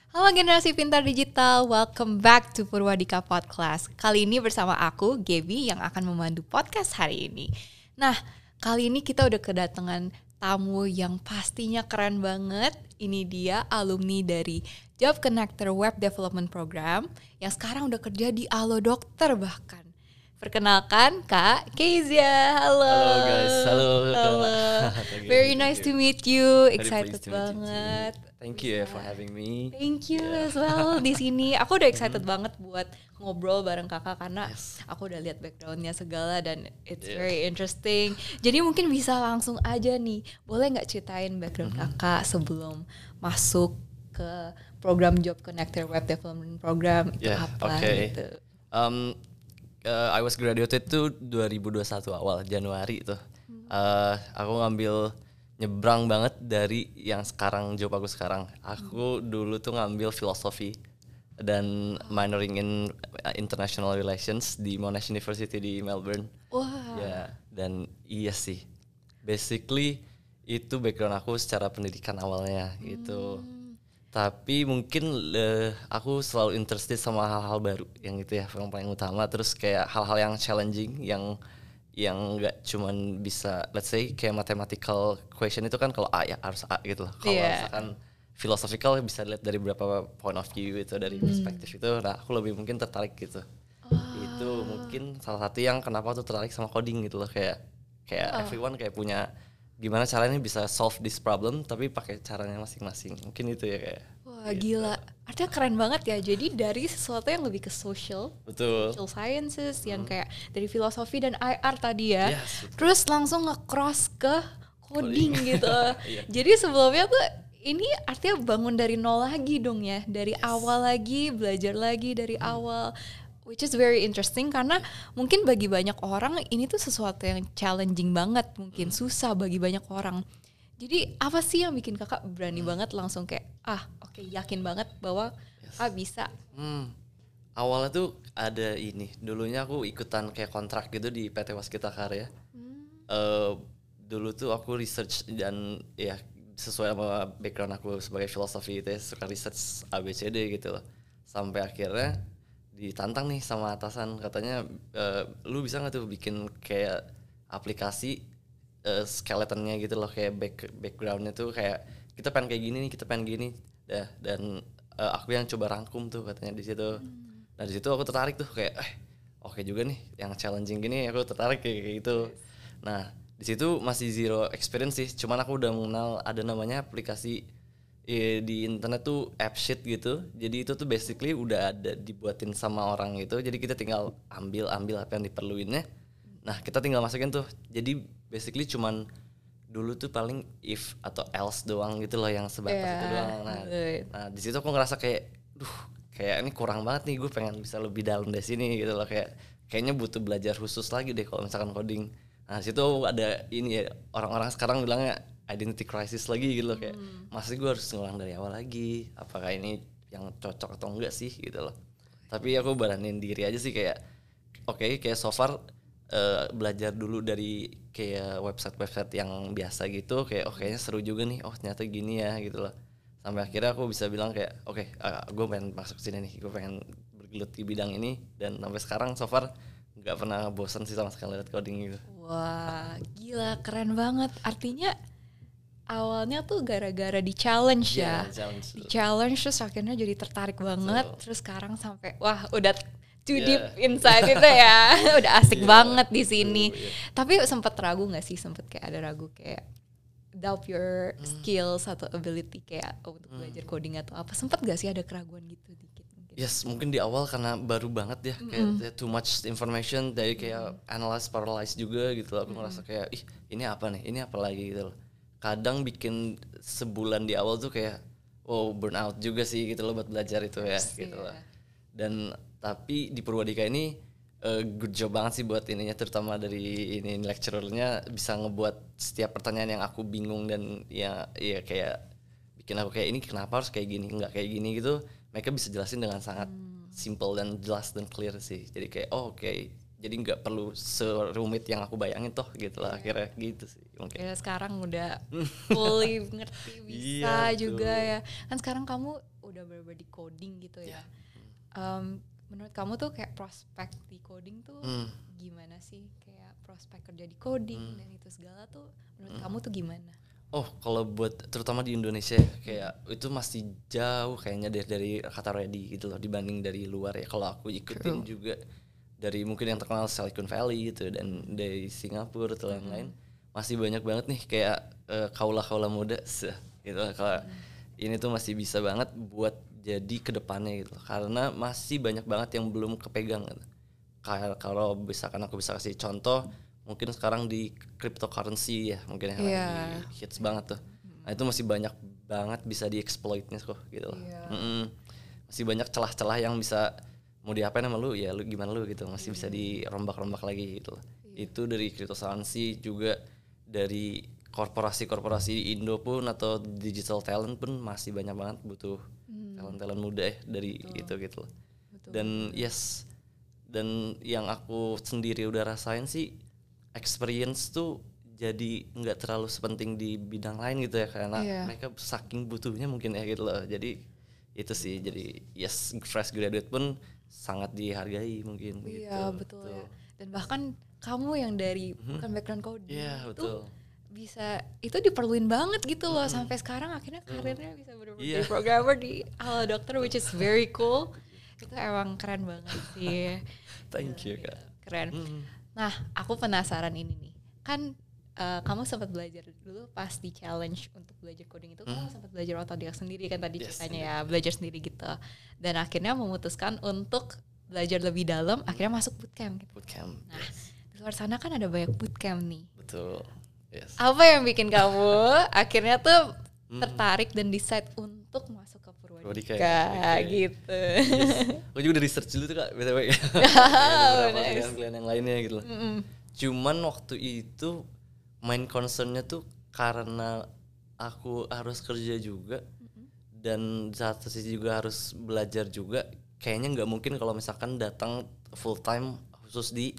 Halo generasi pintar digital, welcome back to Purwadika Podcast. Kali ini bersama aku, Gaby, yang akan memandu podcast hari ini. Nah, kali ini kita udah kedatangan tamu yang pastinya keren banget. Ini dia alumni dari Job Connector Web Development Program yang sekarang udah kerja di Alo Dokter bahkan. Perkenalkan Kak Kezia. Halo. Halo guys, halo. Very nice to meet you. Very Excited pleased to meet you banget. Thank you for having me. Thank you as well di sini. Aku udah excited banget buat ngobrol bareng kakak karena aku udah lihat backgroundnya segala dan it's very interesting. Jadi mungkin bisa langsung aja nih, boleh nggak ceritain background kakak sebelum masuk ke program Job Connector Web Development Program itu apa gitu? I was graduated tuh 2021 awal Januari tuh. Aku ngambil nyebrang banget dari yang sekarang job aku sekarang. Aku dulu tuh ngambil filosofi dan minoring in international relations di Monash University di Melbourne. Wah. Ya, dan iya sih. Basically itu background aku secara pendidikan awalnya gitu. Tapi mungkin aku selalu interested sama hal-hal baru yang itu ya yang paling utama. Terus kayak hal-hal yang challenging yang nggak cuman bisa let's say kayak mathematical question itu kan kalau A ya harus A gitu loh. Kalau misalkan philosophical bisa lihat dari beberapa point of view itu dari perspektif itu. Nah aku lebih mungkin tertarik gitu. Itu mungkin salah satu yang kenapa tuh tertarik sama coding gitu loh, kayak everyone kayak punya gimana caranya bisa solve this problem tapi pakai caranya masing-masing. Mungkin itu ya kayak. Wah gitu. Gila, artinya keren banget ya. Jadi dari sesuatu yang lebih ke social sciences yang kayak dari filosofi dan IR tadi ya, terus langsung nge-cross ke coding gitu. Jadi sebelumnya tuh ini artinya bangun dari nol lagi dong ya, dari awal lagi, belajar lagi dari awal. Which is very interesting karena mungkin bagi banyak orang ini tuh sesuatu yang challenging banget, mungkin susah bagi banyak orang. Jadi apa sih yang bikin kakak berani banget langsung kayak oke, yakin banget bahwa bisa? Awalnya tuh ada ini, dulunya aku ikutan kayak kontrak gitu di PT Waskita Karya. Dulu tuh aku research dan ya sesuai sama background aku sebagai filosofi itu ya, suka research ABCD gitu loh. Sampai akhirnya ditantang nih sama atasan, katanya lu bisa nggak tuh bikin kayak aplikasi skeletonnya gitu loh, kayak backgroundnya tuh kayak kita pengen kayak gini nih, kita pengen gini dan aku yang coba rangkum tuh katanya di situ. Nah di situ aku tertarik tuh kayak oke juga nih yang challenging gini, aku tertarik kayak gitu. Nah di situ masih zero experience sih, cuman aku udah mengenal ada namanya aplikasi di internet tuh AppSheet gitu. Jadi itu tuh basically udah ada dibuatin sama orang gitu. Jadi kita tinggal ambil apa yang diperluinnya. Nah, kita tinggal masukin tuh. Jadi basically cuman dulu tuh paling if atau else doang gitu loh yang sebatas itu doang. Nah, di situ aku ngerasa kayak kayak ini kurang banget nih, gue pengen bisa lebih dalam dari sini gitu loh, kayaknya butuh belajar khusus lagi deh kalau misalkan coding. Nah, situ ada ini ya, orang-orang sekarang bilangnya identity crisis lagi gitu loh, kayak masih gue harus ngulang dari awal lagi, apakah ini yang cocok atau enggak sih gitu loh. Tapi aku baranin diri aja sih kayak kayak so far belajar dulu dari kayak website yang biasa gitu, kayak kayaknya seru juga nih, ternyata gini ya gitu loh. Sampai akhirnya aku bisa bilang kayak gue pengen masuk sini nih, gue pengen bergelut di bidang ini, dan sampai sekarang so far nggak pernah bosan sih sama sekali lihat coding gitu. Wah gila, keren banget. Artinya awalnya tuh gara-gara di challenge di challenge terus akhirnya jadi tertarik banget, terus sekarang sampai udah too deep inside itu ya. Udah asik banget di sini. Tapi sempet ragu nggak sih, sempet kayak ada ragu kayak doubt your skills atau ability kayak untuk belajar coding atau apa, sempet gak sih ada keraguan gitu dikit? Yes, mungkin di awal karena baru banget ya, kayak too much information, dari kayak analyze paralyze juga gitu loh. Aku ngerasa kayak ini apa nih, ini apa lagi gitu loh. Kadang bikin sebulan di awal tuh kayak burnout juga sih gitu loh buat belajar itu ya gitu loh. Dan tapi di Purwadika ini good job banget sih buat ininya, terutama dari ini lecturernya bisa ngebuat setiap pertanyaan yang aku bingung dan ya kayak bikin aku kayak ini kenapa harus kayak gini, nggak kayak gini gitu, mereka bisa jelasin dengan sangat simple dan jelas dan clear sih. Jadi kayak jadi nggak perlu serumit yang aku bayangin toh gitu lah, akhirnya gitu sih mungkin. Ya sekarang udah fully ngerti bisa juga ya. Kan sekarang kamu udah bener-bener di coding gitu ya. Menurut kamu tuh kayak prospek di coding tuh gimana sih? Kayak prospek kerja di coding dan itu segala tuh menurut kamu tuh gimana? Oh, kalau buat terutama di Indonesia kayak itu masih jauh kayaknya dari kata ready gitu loh dibanding dari luar ya. Kalau aku ikutin juga dari mungkin yang terkenal Silicon Valley gitu dan dari Singapura atau lain-lain, masih banyak banget nih kayak kaula-kaula muda gitu. Kalau ini tuh masih bisa banget buat jadi kedepannya gitu loh. Karena masih banyak banget yang belum kepegang gitu. Kayak kalau misalkan aku bisa kasih contoh, mungkin sekarang di cryptocurrency ya mungkin yang lagi hits banget tuh. Nah itu masih banyak banget bisa dieksploitnya kok gitu loh. Masih banyak celah-celah yang bisa mau diapain sama lu ya lu gimana lu gitu, masih bisa dirombak-rombak lagi gitu loh. Itu dari cryptocurrency juga dari korporasi-korporasi di Indo pun atau digital talent pun masih banyak banget butuh talent-talent muda ya dari itu gitu loh. Dan dan yang aku sendiri udah rasain sih experience tuh jadi nggak terlalu sepenting di bidang lain gitu ya karena mereka saking butuhnya mungkin ya gitu loh. Jadi itu sih jadi fresh graduate pun sangat dihargai mungkin gitu. Iya betul ya. Dan bahkan kamu yang dari bukan background coding itu bisa itu diperluin banget gitu loh sampai sekarang akhirnya karirnya bisa benar-benar jadi programmer di Halo Dokter which is very cool. Itu emang keren banget sih. Thank you Kak. Keren. Nah aku penasaran ini nih kan kamu sempat belajar dulu pas di challenge untuk belajar coding itu kamu sempat belajar otodidak sendiri kan tadi ceritanya ya belajar sendiri gitu dan akhirnya memutuskan untuk belajar lebih dalam akhirnya masuk bootcamp gitu. Nah di luar sana kan ada banyak bootcamp nih. Betul. Apa yang bikin kamu akhirnya tuh tertarik dan decide untuk masuk ke Purwadika gitu? Aku juga udah research dulu tuh Kak btw. Beberapa pilihan yang lainnya gitu loh. Cuman waktu itu main concernnya tuh karena aku harus kerja juga dan satu sisi juga harus belajar juga. Kayaknya nggak mungkin kalau misalkan datang full time khusus di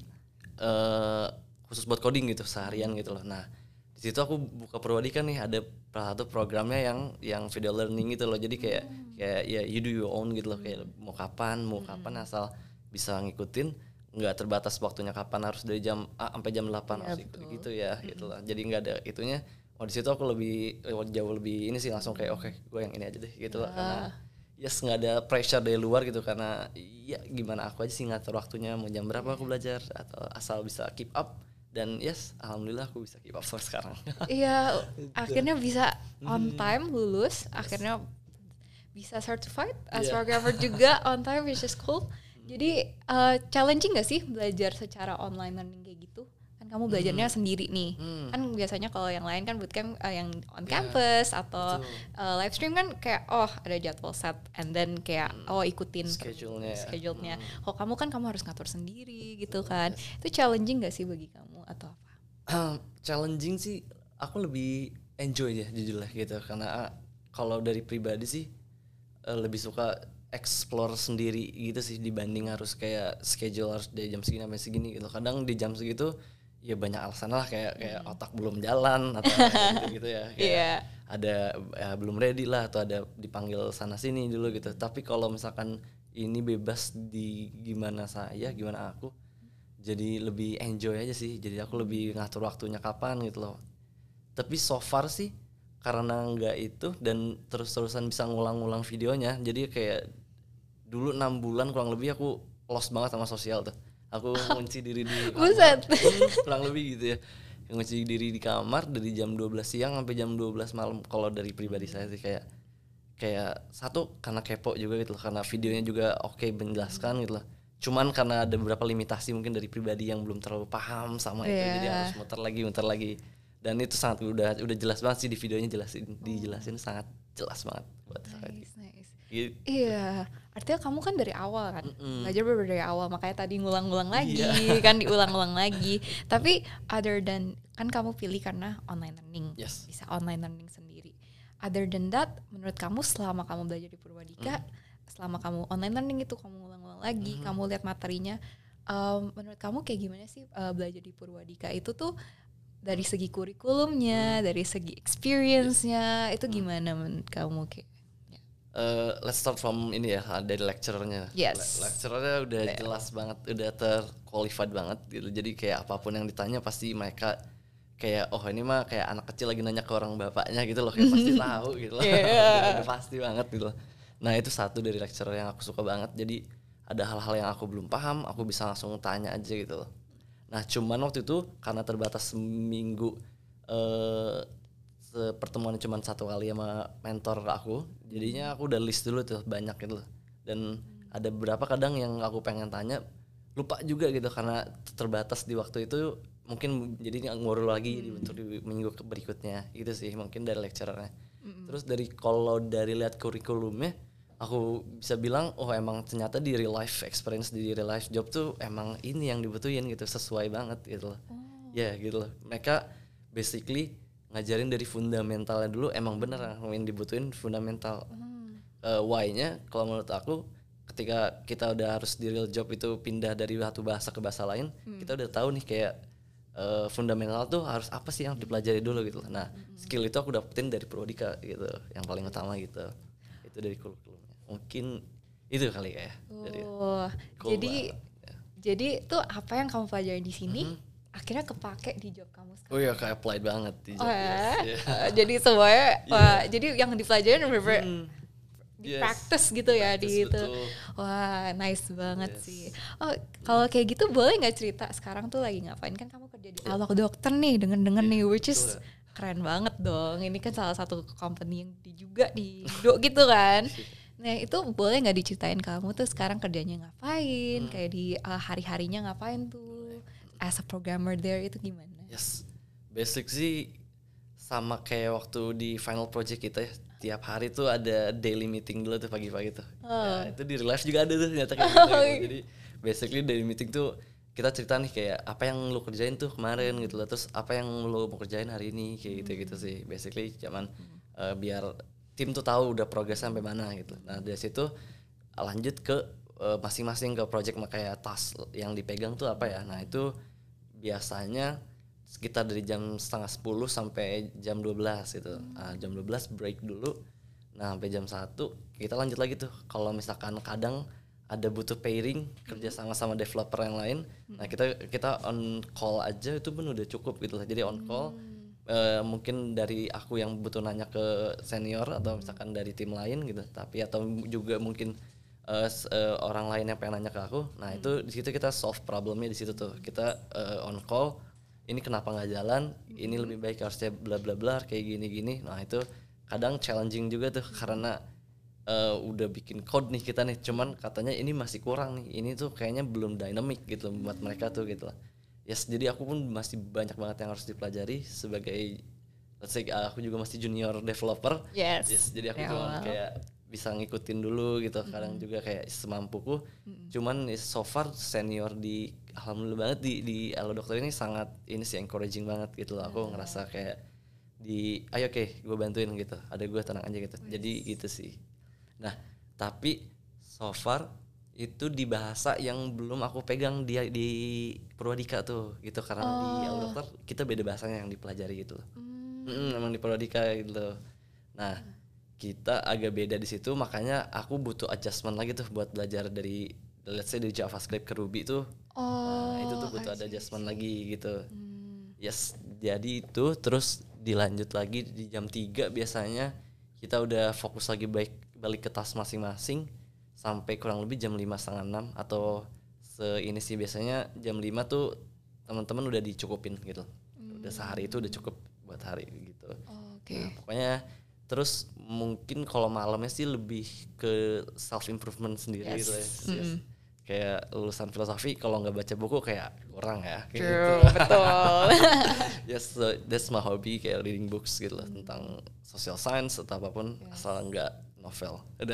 khusus buat coding gitu seharian gitu loh. Nah di situ aku buka Purwadika nih ada salah satu programnya yang video learning gitu loh. Jadi kayak ya you do your own gitu loh kayak mau kapan asal bisa ngikutin, nggak terbatas waktunya kapan harus dari jam A sampai jam 8 gitu ya gitu lah. Jadi nggak ada itunya. Di situ aku jauh lebih ini sih langsung kayak oke, gue yang ini aja deh gitu lah karena nggak ada pressure dari luar gitu karena ya gimana aku aja sih ngatur waktunya mau jam berapa aku belajar atau asal bisa keep up. Dan alhamdulillah aku bisa keep up sampai sekarang. Iya, akhirnya bisa on time lulus, akhirnya bisa certified as programmer juga on time which is cool. Jadi challenging gak sih belajar secara online learning kayak gitu? Kan kamu belajarnya sendiri nih. Kan biasanya kalau yang lain kan bootcamp yang on campus atau live stream kan kayak ada jadwal set and then kayak ikutin schedule-nya. Kalau kamu kan kamu harus ngatur sendiri gitu kan. Itu challenging gak sih bagi kamu atau apa? Challenging sih aku lebih enjoy ya jujur lah gitu karena kalau dari pribadi sih lebih suka explore sendiri gitu sih dibanding harus kayak schedule harus dari jam segini sampai segini gitu. Kadang di jam segitu ya banyak alasan lah kayak otak belum jalan atau gitu ya kayak ada belum ready lah atau ada dipanggil sana sini dulu gitu. Tapi kalau misalkan ini bebas di gimana aku jadi lebih enjoy aja sih. Jadi aku lebih ngatur waktunya kapan gitu loh. Tapi so far sih karena enggak itu dan terus-terusan bisa ngulang-ngulang videonya. Jadi kayak dulu 6 bulan kurang lebih aku lost banget sama sosial tuh. Aku ngunci diri di kamar. Kurang lebih gitu ya. Ngunci diri di kamar dari jam 12 siang sampai jam 12 malam. Kalau dari pribadi saya sih kayak satu karena kepo juga gitu loh. Karena videonya juga menjelaskan gitu loh. Cuman karena ada beberapa limitasi mungkin dari pribadi yang belum terlalu paham sama itu jadi harus muter lagi dan itu sangat udah jelas banget sih di videonya dijelasin sangat jelas banget buat saya. Nice. Iya, artinya kamu kan dari awal kan belajar dari awal makanya tadi ngulang-ngulang lagi kan diulang-ulang lagi. Tapi other than kan kamu pilih karena online learning bisa online learning sendiri. Other than that, menurut kamu selama kamu belajar di Purwadika selama kamu online learning itu kamu ulang-ulang lagi, kamu lihat materinya, menurut kamu kayak gimana sih belajar di Purwadika itu tuh dari segi kurikulumnya, dari segi experience-nya itu gimana menurut kamu kayak? Let's start from ini ya, dari lecturernya. Yes. Lecturernya udah jelas banget, udah terqualified banget gitu. Jadi kayak apapun yang ditanya pasti mereka kayak ini mah kayak anak kecil lagi nanya ke orang bapaknya gitu loh, kayak pasti tahu gitu loh. Udah pasti banget gitu loh. Nah itu satu dari lecturer yang aku suka banget. Jadi ada hal-hal yang aku belum paham, aku bisa langsung tanya aja gitu loh. Nah cuman waktu itu karena terbatas seminggu, pertemuan cuma satu kali sama mentor aku, jadinya aku udah list dulu tuh banyak gitu loh. Dan ada beberapa kadang yang aku pengen tanya lupa juga gitu karena terbatas di waktu itu, mungkin jadi ngurul lagi untuk di minggu berikutnya gitu sih mungkin dari lecturernya. Terus kalau dari lihat kurikulumnya, aku bisa bilang emang ternyata di real life experience, di real life job tuh emang ini yang dibutuhin gitu, sesuai banget gitu loh. Ya gitu loh, mereka basically ngajarin dari fundamentalnya dulu, emang bener yang dibutuhin fundamental. Why-nya kalau menurut aku, ketika kita udah harus di real job itu pindah dari satu bahasa ke bahasa lain, kita udah tahu nih kayak fundamental tuh harus apa sih yang dipelajari dulu gitu. Nah skill itu aku dapetin dari Prodika gitu, yang paling utama gitu. Itu dari kurikulumnya mungkin itu kali ya. Jadi tuh apa yang kamu pelajari di sini akhirnya kepake di job kamu sekarang. Iya, kayak applied banget di job. Jadi semuanya jadi yang dipelajarin bener-bener di practice gitu ya, di itu. Wah, nice banget sih. Kalau kayak gitu boleh nggak cerita sekarang tuh lagi ngapain? Kan kamu kerja di Alok Dokter nih, dengan nih, which is keren banget dong. Ini kan salah satu company yang juga di Indo gitu kan. Nah itu boleh nggak diceritain kamu tuh sekarang kerjanya ngapain, kayak di hari-harinya ngapain tuh as a programmer there, itu gimana? Yes, basic sih sama kayak waktu di final project kita ya, tiap hari tuh ada daily meeting dulu tuh pagi-pagi tuh. Ya, itu di real life juga ada tuh ternyata kayak gitu. Jadi basically daily meeting tuh kita cerita nih kayak apa yang lu kerjain tuh kemarin gitu loh, terus apa yang lu mau kerjain hari ini kayak gitu sih. Basically cuman biar tim tuh tahu udah progres sampai mana gitu. Nah dari situ lanjut ke masing-masing ke project, kayak task yang dipegang tuh apa ya. Nah itu biasanya sekitar dari jam 9:30 sampai jam 12 gitu. Nah, jam 12 break dulu. Nah, sampai jam 1 kita lanjut lagi tuh. Kalau misalkan kadang ada butuh pairing kerja sama developer yang lain. Nah, kita on call aja itu pun udah cukup gitu lah. Jadi on call mungkin dari aku yang butuh nanya ke senior atau misalkan dari tim lain gitu. Tapi atau juga mungkin orang lain yang pengen nanya ke aku. Nah, itu di situ kita solve problemnya di situ tuh. Kita on call, ini kenapa nggak jalan, ini lebih baik harusnya bla bla bla kayak gini. Nah itu kadang challenging juga tuh karena udah bikin code nih kita nih, cuman katanya ini masih kurang nih, ini tuh kayaknya belum dynamic gitu buat mereka tuh gitu lah. Yes, jadi aku pun masih banyak banget yang harus dipelajari sebagai, let's say aku juga masih junior developer. Yes, jadi aku cuma kayak bisa ngikutin dulu gitu, kadang juga kayak semampuku. Cuman so far senior di alhamdulillah banget di Alok Dokter ini sangat ini sih encouraging banget gitu loh. Aku ngerasa kayak ayo gue bantuin gitu, ada gue tenang aja gitu. Jadi gitu sih. Nah tapi so far itu di bahasa yang belum aku pegang di Purwadika tuh gitu, karena di Alok Dokter kita beda bahasanya yang dipelajari gitu loh. Emang di Purwadika gitu. Nah kita agak beda di situ, makanya aku butuh adjustment lagi tuh buat belajar dari let's say dari JavaScript ke Ruby tuh. Nah, itu tuh butuh ada adjustment lagi gitu. Yes, jadi itu terus dilanjut lagi di jam 3 biasanya kita udah fokus lagi balik ke task masing-masing sampai kurang lebih jam 5:30, 6 atau ini sih biasanya jam 5 tuh teman-teman udah dicukupin gitu. Udah sehari itu udah cukup buat hari gitu. Nah, pokoknya terus mungkin kalau malamnya sih lebih ke self improvement sendiri gitu ya. Kayak lulusan filosofi kalau nggak baca buku kayak kurang ya. True, betul. Yes, so that's my hobby, kayak reading books gitu lah, tentang social science atau apapun, asal nggak novel. Udah.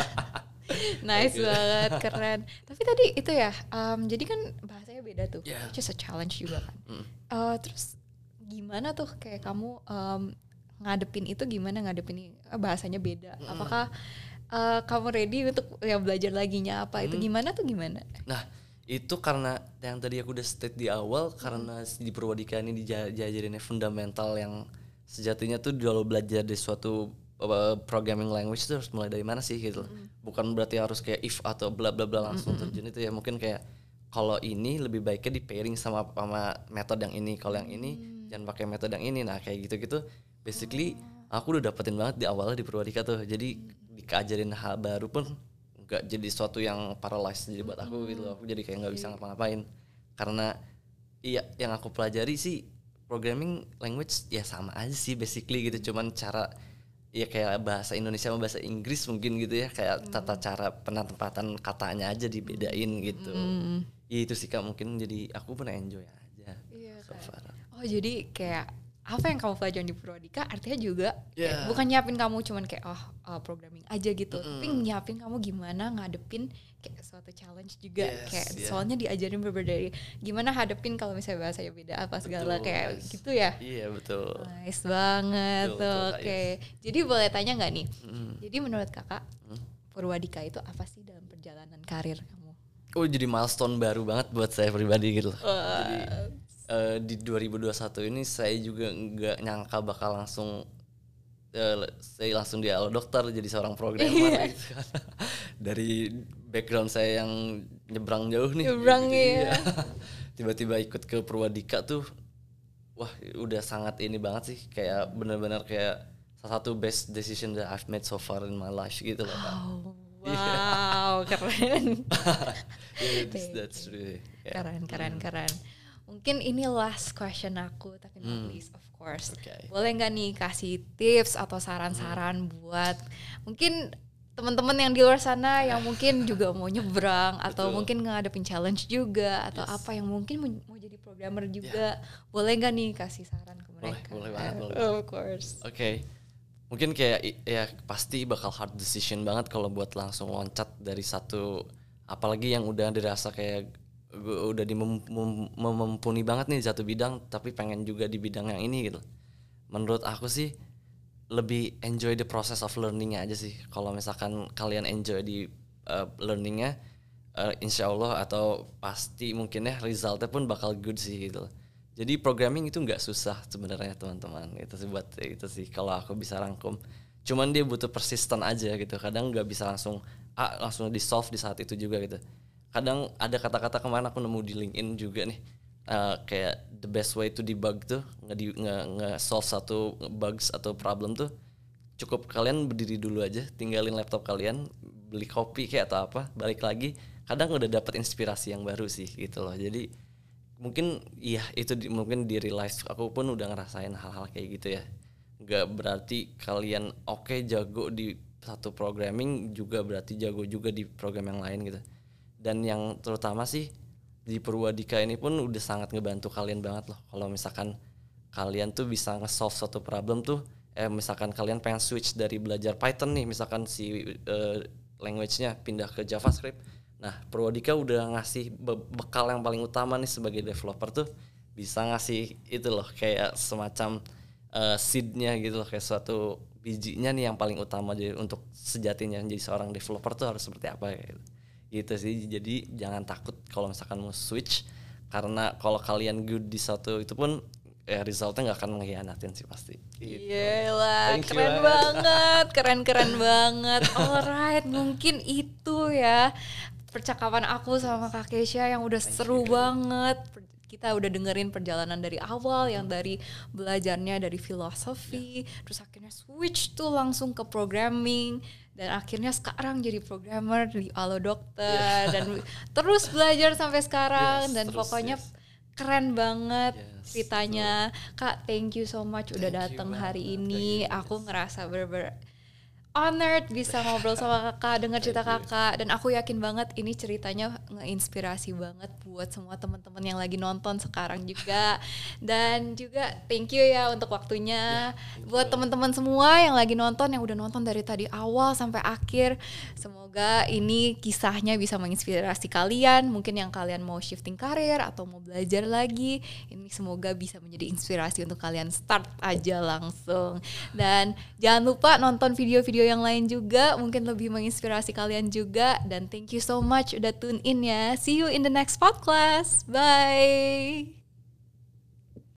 Nice banget, keren. Tapi tadi itu ya, jadi kan bahasanya beda tuh, just a challenge juga kan. Terus gimana tuh kayak kamu ngadepin itu, gimana ngadepin bahasanya beda? Apakah kamu ready untuk belajar laginya apa? Itu gimana? Nah itu karena yang tadi aku udah state di awal, karena di Purwadika ini diajarinnya fundamental yang sejatinya tuh kalau belajar dari suatu programming language itu harus mulai dari mana sih gitu. Bukan berarti harus kayak if atau bla bla bla langsung terjun itu ya. Mungkin kayak kalau ini lebih baiknya di pairing sama metode yang ini. Kalau yang ini jangan pakai metode yang ini. Nah kayak gitu-gitu basically aku udah dapetin banget di awalnya di Purwadika tuh. Jadi dikajarin hal baru pun gak jadi sesuatu yang paralyzed jadi buat aku gitu loh. Aku jadi kayak gak bisa ngapa-ngapain. Karena iya yang aku pelajari sih programming language ya sama aja sih basically gitu. Cuman cara ya kayak bahasa Indonesia sama bahasa Inggris mungkin gitu ya. Kayak tata cara penempatan katanya aja dibedain gitu. Ya itu sih Kak mungkin jadi aku pun enjoy aja so far. Oh jadi kayak apa yang kamu pelajarin di Purwadika artinya juga kayak, bukan nyiapin kamu cuman kayak programming aja gitu, tapi nyiapin kamu gimana ngadepin kayak suatu challenge juga kayak soalnya diajarin berbeda dari gimana hadepin kalau misalnya bahasanya beda apa segala kayak gitu ya. Iya betul. Nice banget. Oke. Jadi boleh tanya nggak nih? Jadi menurut kakak Purwadika itu apa sih dalam perjalanan karir kamu? Oh jadi milestone baru banget buat saya pribadi gitu. Jadi di 2021 ini saya juga nggak nyangka bakal langsung saya langsung di Halo Dokter jadi seorang programmer gitu kan. Dari background saya yang nyebrang jauh nih tiba-tiba ikut ke Purwadika tuh wah udah sangat ini banget sih kayak benar-benar kayak salah satu best decision that I've made so far in my life gitu loh Kak. Wow, keren. That's really keren. Mungkin ini last question aku, tapi not least of course. Boleh nggak nih kasih tips atau saran-saran buat mungkin teman-teman yang di luar sana yang mungkin juga mau nyebrang atau mungkin ngadepin challenge juga atau apa yang mungkin mau jadi programmer juga. Boleh nggak nih kasih saran ke mereka? Boleh banget. Of course. Oke. Mungkin kayak ya pasti bakal hard decision banget kalau buat langsung loncat dari satu, apalagi yang udah dirasa kayak udah mumpuni banget nih di satu bidang tapi pengen juga di bidang yang ini gitu. Menurut aku sih lebih enjoy the process of learningnya aja sih. Kalau misalkan kalian enjoy di learningnya, insya Allah atau pasti mungkin ya resultnya pun bakal good sih gitu. Jadi programming itu nggak susah sebenarnya teman-teman. Itu sih buat itu sih kalau aku bisa rangkum. Cuman dia butuh persisten aja gitu. Kadang nggak bisa langsung di solve di saat itu juga gitu. Kadang ada kata-kata kemarin aku nemu di LinkedIn juga nih kayak the best way to debug tuh nge-solve satu bugs atau problem tuh cukup kalian berdiri dulu aja, tinggalin laptop kalian, beli kopi kayak atau apa, balik lagi, kadang udah dapat inspirasi yang baru sih gitu loh. Jadi mungkin iya itu mungkin di real life aku pun udah ngerasain hal-hal kayak gitu ya. Gak berarti kalian jago di satu programming juga berarti jago juga di program yang lain gitu. Dan yang terutama sih di Purwadika ini pun udah sangat ngebantu kalian banget loh. Kalau misalkan kalian tuh bisa nge-solve suatu problem tuh, misalkan kalian pengen switch dari belajar Python nih, misalkan si language-nya pindah ke JavaScript. Nah, Purwadika udah ngasih bekal yang paling utama nih sebagai developer tuh, bisa ngasih itu loh kayak semacam seed-nya gitu loh, kayak suatu bijinya nih yang paling utama jadi untuk sejatinya jadi seorang developer tuh harus seperti apa gitu. Gitu sih, jadi jangan takut kalau misalkan mau switch, karena kalau kalian good di satu itu pun ya resultnya nggak akan mengkhianatin sih pasti. Gitu. Iyalah, keren banget. Alright, mungkin itu ya percakapan aku sama Kak Keisha yang udah seru banget. Kita udah dengerin perjalanan dari awal yang dari belajarnya dari filosofi, terus akhirnya switch tuh langsung ke programming, dan akhirnya sekarang jadi programmer di Halo Dokter dan terus belajar sampai sekarang dan pokoknya keren banget ceritanya. Kak, thank you so much udah datang hari ini. Aku ngerasa bener-bener honored bisa ngobrol sama kakak, dengar cerita kakak, dan aku yakin banget ini ceritanya ngeinspirasi banget buat semua teman-teman yang lagi nonton sekarang juga. Dan juga thank you ya untuk waktunya buat teman-teman semua yang lagi nonton, yang udah nonton dari tadi awal sampai akhir. Semoga ini kisahnya bisa menginspirasi kalian, mungkin yang kalian mau shifting karir atau mau belajar lagi, ini semoga bisa menjadi inspirasi untuk kalian start aja langsung. Dan jangan lupa nonton video-video yang lain juga, mungkin lebih menginspirasi kalian juga. Dan thank you so much udah tune in ya. See you in the next podcast. Bye.